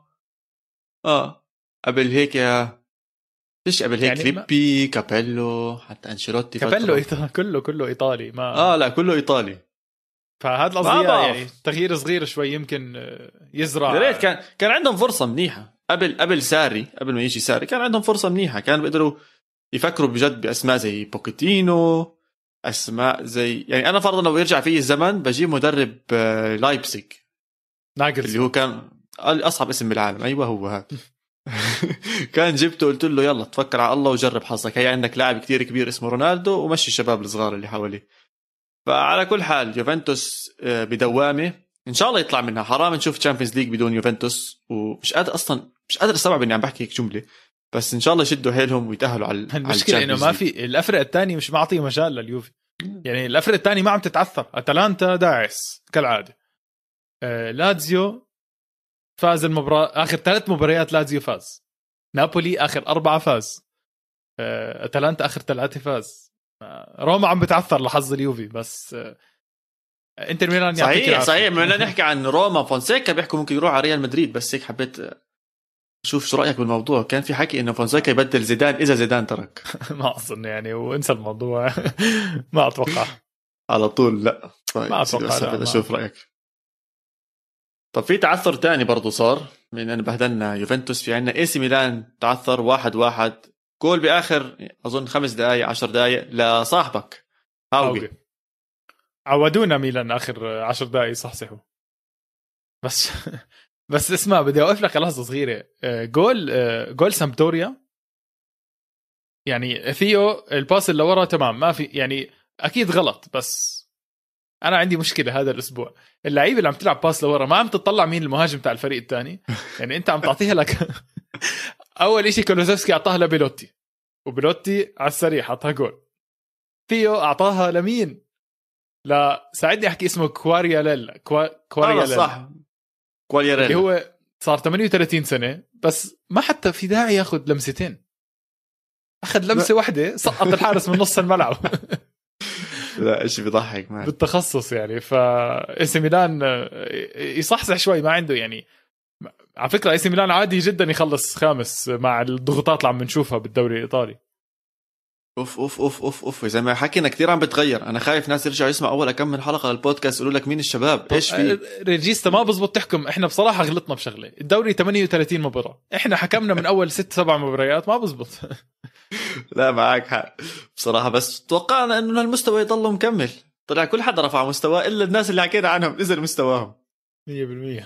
اه قبل هيك فيش قبل هيك يعني ليبي ما... كابيلو، حتى انشيلوتي. كابيلو إيطالي. كله كله ايطالي ما اه لا كله ايطالي. فهذا القضيه يعني تغيير صغير شوي يمكن يزرع. يا ريت كان كان عندهم فرصه منيحه قبل قبل ساري، قبل ما يجي ساري كان عندهم فرصه منيحه، كانوا بيقدروا يفكروا بجد باسماء زي بوكيتينو، اسماء زي يعني انا فرضا لو يرجع فيه الزمن بجيب مدرب لايبزيغ ناجلز اللي هو كان اصعب اسم بالعالم. ايوه هو هذا. كان جبته قلت له يلا تفكر على الله وجرب حظك، هي عندك لاعب كتير كبير اسمه رونالدو ومشي الشباب الصغار اللي حواليه. فعلى كل حال يوفنتوس بدوامه ان شاء الله يطلع منها. حرام نشوف تشامبيونز ليج بدون يوفنتوس، ومش قادر اصلا مش قادر استوعب اني عم بحكي هيك جمله. بس ان شاء الله يشدوا حيلهم ويتاهلوا على المشكله انه ما في الافرق الثانيه مش معطيه مجال لليوفي. يعني الافرق الثانيه ما عم تتعثر. اتلانتا داعس كالعاده. آه لازيو فاز المباراة آخر ثلاث مباريات، لازيو فاز. نابولي آخر أربعة فاز. آه، أتلانتا آخر ثلاثة فاز. آه، روما عم بتعثر لحظ اليوفي بس. آه، انتر ميلان صحيح صحيح. بدنا نحكي عن روما. فونسيكا بيحكوا ممكن يروح على ريال مدريد، بس هيك حبيت شوف شو رأيك بالموضوع. كان في حكي إنه فونسيكا يبدل زيدان إذا زيدان ترك. ما أظن يعني، وانسى الموضوع. ما أتوقع على طول. لا طيب ما أتوقع. بدي أشوف رأيك. طب في تعثر تاني برضو صار من أن بهدلنا يوفنتوس. في عنا اي سي ميلان تعثر واحد واحد، جول بآخر أظن خمس دقايق عشر دقايق لصاحبك هاوغي. عودونا ميلان آخر عشر دقايق صحصحوا. بس بس اسمع بدي أوقف لك لحظة صغيرة. جول جول سامبدوريا يعني ثيو الباس اللي ورا تمام ما في يعني أكيد غلط، بس أنا عندي مشكلة هذا الأسبوع. اللعيبة اللي عم تلعب باس لورا ما عم تطلع مين المهاجم تاع الفريق الثاني. يعني أنت عم تعطيها لك. أول إشي كولوزفسكي أعطاها لبيلوتي، وبيلوتي على السريع حطها جول. ثيو أعطاها لمين؟ لا ساعدني أحكي اسمه كوارياليلا. كوا... كوارياليلا صح كوارياليلا اللي هو صار ثمانية وثلاثين سنة بس ما حتى في داعي ياخد لمستين. أخذ لمسة واحدة سقط الحارس من نص الملعب. لا إشي بيضحك معي بالتخصص يعني. فإيسي ميلان يصحصح شوي ما عنده يعني. على فكرة إيسي ميلان عادي جدا يخلص خامس مع الضغوطات اللي عم نشوفها بالدوري الإيطالي. اوف اوف اوف اوف اوف زي ما حكينا كثير عم بتغير. انا خايف ناس يرجعوا يسمعوا اول كم من حلقه للبودكاست يقولوا لك مين الشباب ايش في. ريجيستا ما بزبط تحكم. احنا بصراحه غلطنا بشغله. الدوري ثمانية وثلاثين مباراه، احنا حكمنا من اول ست سبع مباريات ما بزبط. لا معك حق بصراحه، بس توقعنا انه المستوى يضل مكمل. طلع كل حدا رفع مستواه الا الناس اللي حكينا عنهم نزل مستواهم مية بالمية.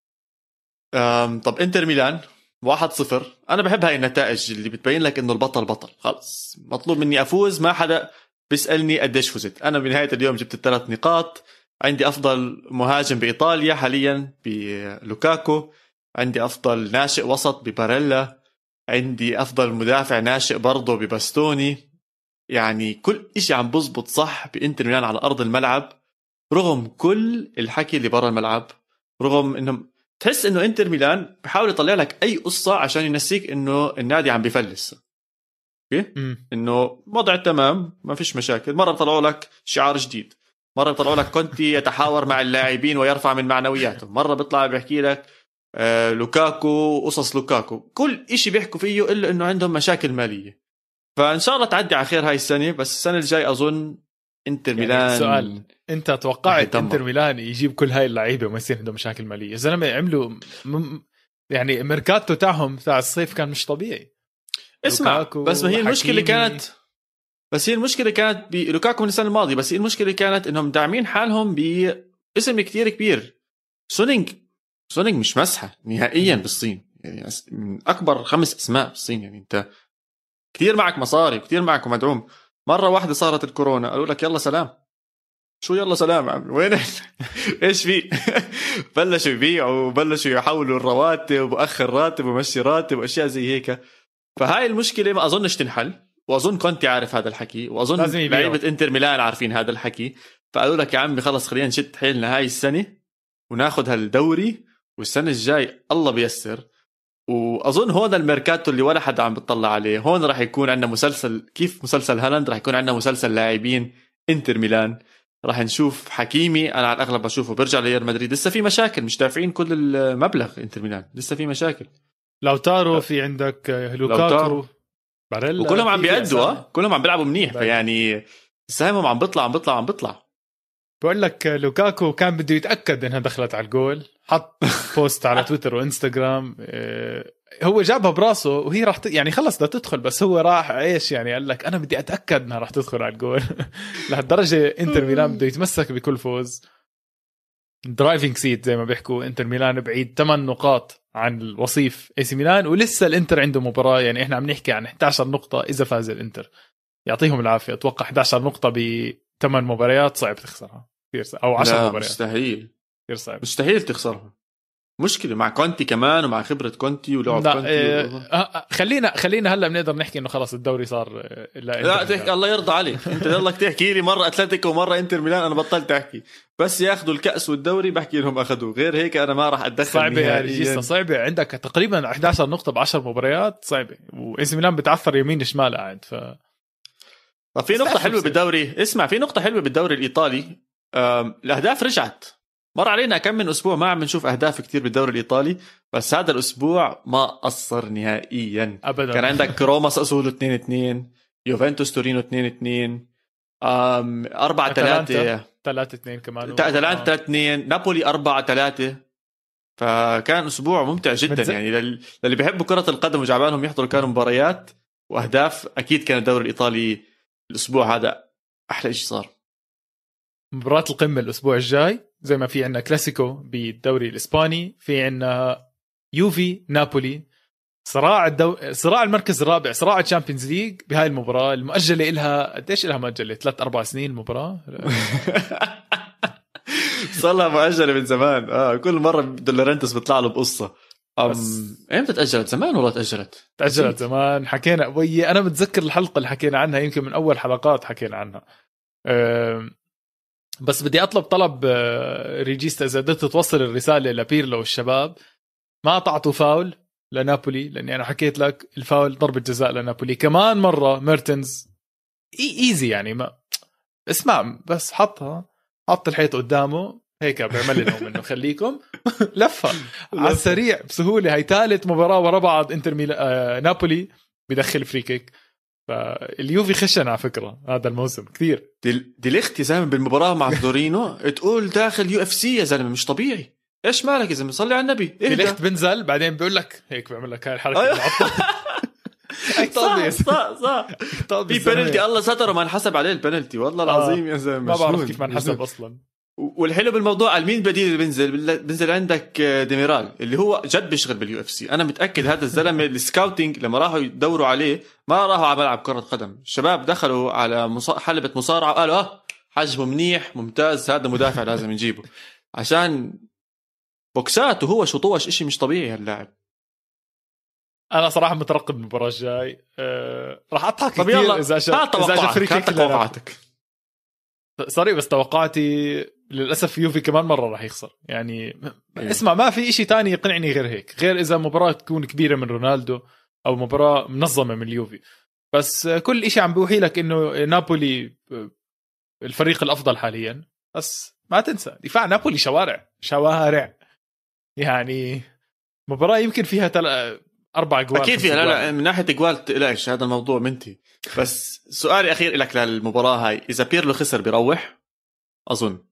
أم طب انتر ميلان واحد صفر. أنا بحب هاي النتائج اللي بتبين لك إنه البطل بطل. خلص مطلوب مني أفوز، ما حدا بيسألني قديش فزت. أنا بنهاية اليوم جبت الثلاث نقاط. عندي أفضل مهاجم بإيطاليا حاليا بلوكاكو، عندي أفضل ناشئ وسط بباريلا، عندي أفضل مدافع ناشئ برضه بباستوني. يعني كل إشي عم بزبط صح بإنتر ميلان على أرض الملعب، رغم كل الحكي اللي برا الملعب. رغم إنهم تحس انه انتر ميلان بحاول يطلع لك اي قصه عشان ينسيك انه النادي عم بيفلس. اوكي انه وضع تمام ما فيش مشاكل. مره بيطلعوا لك شعار جديد، مره بيطلعوا لك كونتي يتحاور مع اللاعبين ويرفع من معنوياتهم، مره بيطلع بيحكي لك آه لوكاكو قصص لوكاكو. كل إشي بيحكوا فيه الا انه عندهم مشاكل ماليه. فان شاء الله تعدي على خير هاي السنه، بس السنه الجاي اظن انتر يعني ميلان. سؤال، انت توقعت انتر ميلان يجيب كل هاي اللعيبه وما يصير عندهم مشاكل ماليه؟ زلمه عملوا م... يعني ميركاتو تاعهم تاع الصيف كان مش طبيعي. اسمع بس ما هي المشكله كانت بس هي المشكله كانت بلوكاكو من السنه الماضيه، بس هي المشكله كانت انهم داعمين حالهم باسم كتير كبير. سونينج سونينج مش مسحه نهائيا بالصين، يعني من اكبر خمس اسماء بالصين. يعني انت كتير معك مصاري، كتير معك مدعوم، مره واحده صارت الكورونا قالوا لك يلا سلام. شو يلا سلام عم وين ايش في بلشوا يبيعوا وبلشوا يحولوا الرواتب واخر راتب ومشي راتب واشياء زي هيك. فهاي المشكله ما اظنش تنحل، واظن كنت عارف هذا الحكي، واظن لعيبه انتر ميلان عارفين هذا الحكي. فقالوا لك يا عمي خلص خلينا نشد حيلنا هاي السنه وناخذ هالدوري، والسنه الجاي الله بيسر. واظن هون الميركاتو اللي ولا حدا عم بتطلع عليه، هون راح يكون عندنا مسلسل كيف مسلسل هالاند، راح يكون عندنا مسلسل لاعبين انتر ميلان. راح نشوف حكيمي، انا على الاغلب بشوفه برجع لريال مدريد، لسه في مشاكل مش دافعين كل المبلغ انتر ميلان، لسه في مشاكل. لوتارو في عندك لوكاكو باريلا، وكلهم عم بيأدوا، كلهم عم بيلعبوا منيح، فيعني سهمهم عم بيطلع عم بيطلع عم بيطلع. بقول لك لوكاكو كان بده يتأكد انها دخلت على الجول، حط بوست على تويتر وانستغرام، هو جابها براسه وهي راح ت... يعني خلص بدها تدخل، بس هو راح ايش يعني قال لك انا بدي اتاكد انها راح تدخل على الجول. لهالدرجه انتر ميلان بده يتمسك بكل فوز. درايفنج سيت زي ما بيحكوا، انتر ميلان بعيد ثمان نقاط عن الوصيف اي سي ميلان، ولسه الانتر عنده مباراه. يعني احنا عم نحكي عن إحدى عشرة نقطه اذا فاز الانتر، يعطيهم العافيه. اتوقع إحدى عشرة نقطه بثمان مباريات صعب تخسرها، او عشر مباريات مستحيل، كثير صعب، مستحيل تخسرها. مشكله مع كونتي كمان، ومع خبره كونتي ولعب كونتي اه و... خلينا خلينا هلا بنقدر نحكي انه خلاص الدوري صار لا, لا تحكي الله يرضى عليك. انت ضلك تحكي لي مره اتلتيكو ومره انتر ميلان، انا بطلت احكي. بس ياخذوا الكاس والدوري بحكي لهم اخذوه، غير هيك انا ما راح اتدخل. صعبه يا ريجيستا، صعبه. عندك تقريبا إحدى عشرة نقطه بعشر مباريات، صعبه. واي ميلان بتعثر يمين شمال قاعد. ف في نقطه حلوه بالدوري، اسمع في نقطه حلوه بالدوري الايطالي، الاهداف رجعت. مر علينا كم من أسبوع ما عم نشوف أهداف كتير بالدوري الإيطالي، بس هذا الأسبوع ما قصر نهائيا أبدا. كان عندك روما سأسولو اثنين اثنين، يوفنتوس تورينو اثنين اثنين، أربعة ثلاثة ثلاثة اثنين كمان، ثلاثة ثلاثة اثنين، نابولي أربعة ثلاثة. فكان أسبوع ممتع جدا. يعني للي بيحبوا كرة القدم وجعبانهم يحضروا كانوا مباريات وأهداف، أكيد كان الدوري الإيطالي الأسبوع هذا أحلى شيء صار. مباراة القمة الأسبوع الجاي زي ما في عنا كلاسيكو بالدوري الإسباني، في عنا يوفي نابولي، صراع الدو... صراع المركز الرابع، صراع الشامبيونز ليج. بهاي المباراة المؤجلة إلها قديش إلها مؤجلة؟ ثلاث أربع سنين المباراة. صار لها مؤجلة من زمان. آه كل مرة دولارنتس بيطلع له بقصة. أم إمتى تأجلت؟ زمان والله تأجلت تأجلت زمان. حكينا وي أنا متذكر الحلقة اللي حكينا عنها، يمكن من أول حلقات حكينا عنها. أه... بس بدي أطلب طلب ريجيستا، إذا بدك توصل الرسالة لبيرلو والشباب، ما تعطوا فاول لنابولي، لأني أنا حكيت لك الفاول ضربة جزاء لنابولي كمان مرة. ميرتنز إي إيزي يعني، ما اسمع بس حطها، حط الحيط قدامه هيك بيعمل لهم إنه خليكم لفها على السريع بسهولة. هاي ثالث مباراة ورا بعض انتر ميلا... آه... نابولي بدخل فري كيك. فاليوفي خشن على فكرة هذا الموسم كثير. دي, دي الاخت يا زلمه بالمباراه مع تورينو تقول داخل يو اف سي يا زلمه، مش طبيعي. ايش مالك يا زلمه؟ صلي على النبي. دي الاخت بنزل بعدين بيقول لك هيك، بيعمل لك هاي الحركه. صح صح صح. في بنالتي الله ستره ما انحسب عليه البنالتي، والله العظيم يا زلمه ما بعرف كيف ما انحسب اصلا. والحلو بالموضوع مين بديل اللي بنزل بنزل عندك ديميرال اللي هو جد بيشغل باليو اف سي. انا متاكد هذا الزلمه السكاوتينج لما راحوا يدوروا عليه ما راحوا على ملعب كره قدم. الشباب دخلوا على مصا... حلبة مصارعه وقالوا اه حجمه منيح ممتاز، هذا مدافع لازم نجيبه عشان بوكسات، وهو شطوش اشي مش طبيعي هاللاعب. انا صراحه مترقب المباراه الجاي. أه... راح اضحك كثير اذا اذا توقعاتك توقعاتك صريح، بس توقعاتي للأسف يوفي كمان مرة راح يخسر. يعني اسمع ما في إشي تاني يقنعني غير هيك، غير إذا مباراة تكون كبيرة من رونالدو أو مباراة منظمة من اليوفي. بس كل إشي عم بوحي لك إنه نابولي الفريق الأفضل حاليا. بس ما تنسى دفاع نابولي شوارع شوارع، يعني مباراة يمكن فيها تل... أربع جوال. أكيد فيها. لا لا من ناحية جوال تقلقش، هذا الموضوع منتهي. بس سؤالي أخير لك للمباراة هاي، إذا بيرلو خسر بيروح أظن.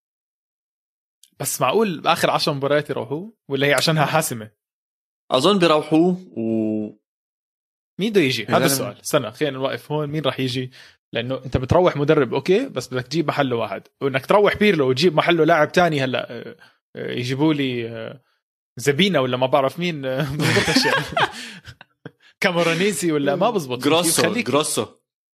بس معقول آخر عشر مباريات يروحوا ولا هي عشانها حاسمة؟ أظن بيروحوا. و مين بده يجي؟ هذا السؤال. سنة خلينا نوقف هون، مين راح يجي؟ لانه انت بتروح مدرب اوكي بس بدك تجيب محله واحد، وانك تروح بيرلو وتجيب محله لاعب تاني هلا يجيبوا لي زبينه ولا ما بعرف مين بضبطش يعني كامورانيسي ولا ما بزبط جروسو جروسو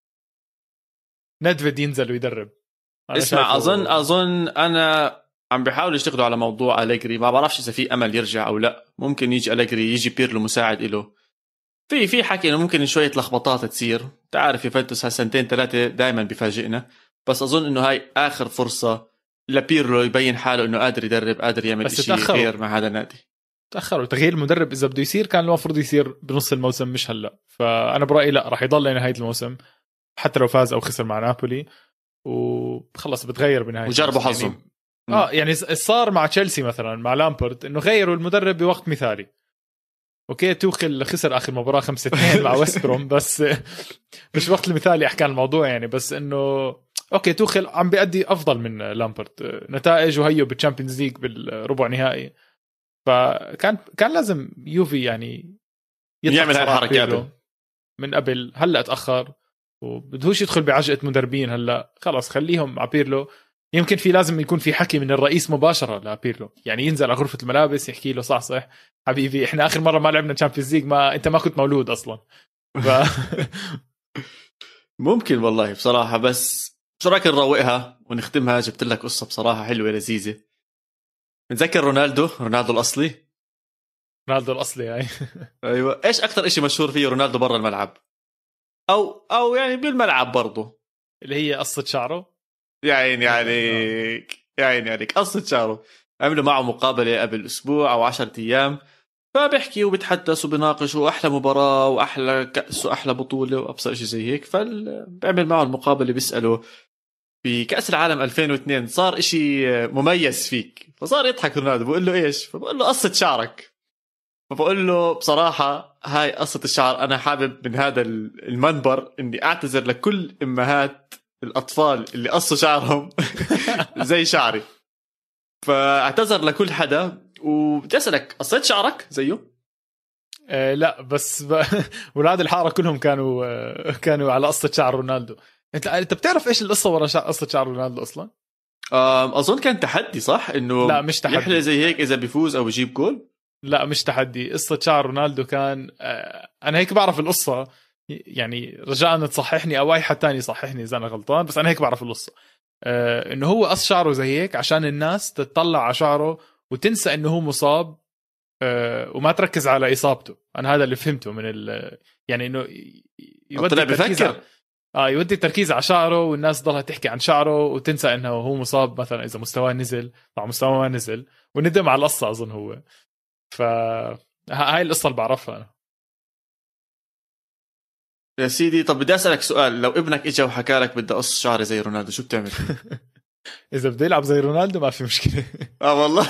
ندفيد ينزل ويدرب. اسمع اظن اظن انا عم بيحاولوا يشتغلوا على موضوع أليجري، ما بعرفش اذا في امل يرجع او لا. ممكن يجي أليجري يجي بيرلو مساعد له، في في حكي انه ممكن شويه لخبطات تصير. تعرف يوفنتوس هالسنتين ثلاثه دائما بيفاجئنا، بس اظن انه هاي اخر فرصه لبيرلو يبين حاله انه قادر يدرب، قادر يعمل شيء غير مع هذا النادي. تاخروا تغيير المدرب اذا بده يصير كان المفروض يصير بنص الموسم مش هلا. فانا برايي لا راح يضل لنهايه الموسم حتى لو فاز او خسر مع نابولي، وخلص بتغير بنهايه وجربوا حظهم. يعني اه يعني صار مع تشيلسي مثلا مع لامبرد انه غيروا المدرب بوقت مثالي. اوكي توخل خسر اخر مباراه خمسة اثنين مع ويست بروم بس مش وقت المثالي احكي عن الموضوع يعني، بس انه اوكي توخل عم بيأدي افضل من لامبرد نتائج وهيو بالتشامبيونز ليج بالربع نهائي. فكان كان لازم يوفي يعني يعمل هاي الحركه قبل من قبل. هلا تاخر وبدهوش يدخل بعجقه مدربين. هلا خلاص خليهم مع بيرلو. يمكن في لازم يكون في حكي من الرئيس مباشره لبيرلو، يعني ينزل على غرفه الملابس يحكي له صح صح حبيبي احنا اخر مره ما لعبنا تشامبيونز ليج ما انت ما كنت مولود اصلا ف... ممكن والله بصراحه. بس شو رايك نروقها ونختمها؟ جبت لك قصه بصراحه حلوه لذيذه. نتذكر رونالدو رونالدو الاصلي رونالدو الاصلي هاي ايوه. ايش اكثر شيء مشهور فيه رونالدو برا الملعب او او يعني بالملعب برضه؟ اللي هي قصه شعره. يعني يعني يعني يعني قصة شعره. عملوا معه مقابلة قبل أسبوع أو عشرة أيام، فبحكي وبتحدث وبناقش وأحلى مباراة وأحلى كأس وأحلى بطولة وأبصر شيء زي هيك. فبعمل معه المقابلة بيسأله في كأس العالم ألفين واثنين صار إشي مميز فيك، فصار يضحك رونالدو بقول له إيش؟ فبقول له قصة شعرك. فبقول له بصراحة هاي قصة الشعر أنا حابب من هذا المنبر إني أعتذر لكل أمهات الأطفال اللي قصوا شعرهم زي شعري. فاعتذر لكل حدا. وبدي أسألك قصيت شعرك زيه؟ آه لا بس ب... ولاد الحارة كلهم كانوا آه كانوا على قصة شعر رونالدو. انت انت بتعرف ايش القصة ورا شع... قصة شعر رونالدو اصلا؟ اظن كان تحدي صح؟ انه لا مش تحدي، يحلى زي هيك اذا بيفوز او بيجيب جول. لا مش تحدي. قصة شعر رونالدو كان آه انا هيك بعرف القصة، يعني رجاء تصححني او اي حد تاني يصححني اذا انا غلطان، بس انا هيك بعرف القصة. آه انه هو قص شعره زي هيك عشان الناس تتطلع على شعره وتنسى انه هو مصاب آه وما تركز على اصابته. انا هذا اللي فهمته من ال يعني انه يودي التركيز على... اه يودي التركيز على شعره والناس ضلها تحكي عن شعره وتنسى انه هو مصاب مثلا اذا مستواه نزل طبعا مستواه ما نزل، وندم على القصة اظن هو. ف هاي القصة اللي بعرفها انا يا سيدي. طب بدي أسألك سؤال، لو ابنك إجا وحكى لك بدي أقص شعري زي رونالدو شو بتعمل؟ إذا بدي يلعب زي رونالدو ما في مشكلة. آه والله.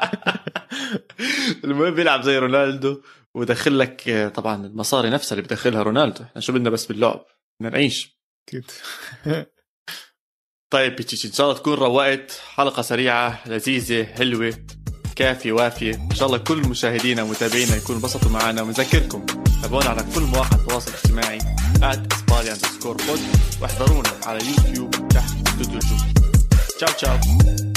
المهم بيلعب زي رونالدو ودخل لك طبعا المصاري نفسها اللي بدخلها رونالدو. إحنا شو بدنا بس باللعب بدنا نعيش كده. طيب بيتشيش إن شاء الله تكون روقت حلقة سريعة لذيذة حلوة كافي وافية. إن شاء الله كل مشاهدينا ومتابعينا يكونوا بسطوا معنا. ونذكركم تابعونا على كل مواقع التواصل الاجتماعي آت اسباليا أندرسكور بود، واحضرونا على يوتيوب تحت استوديو جو. تشاو تشاو.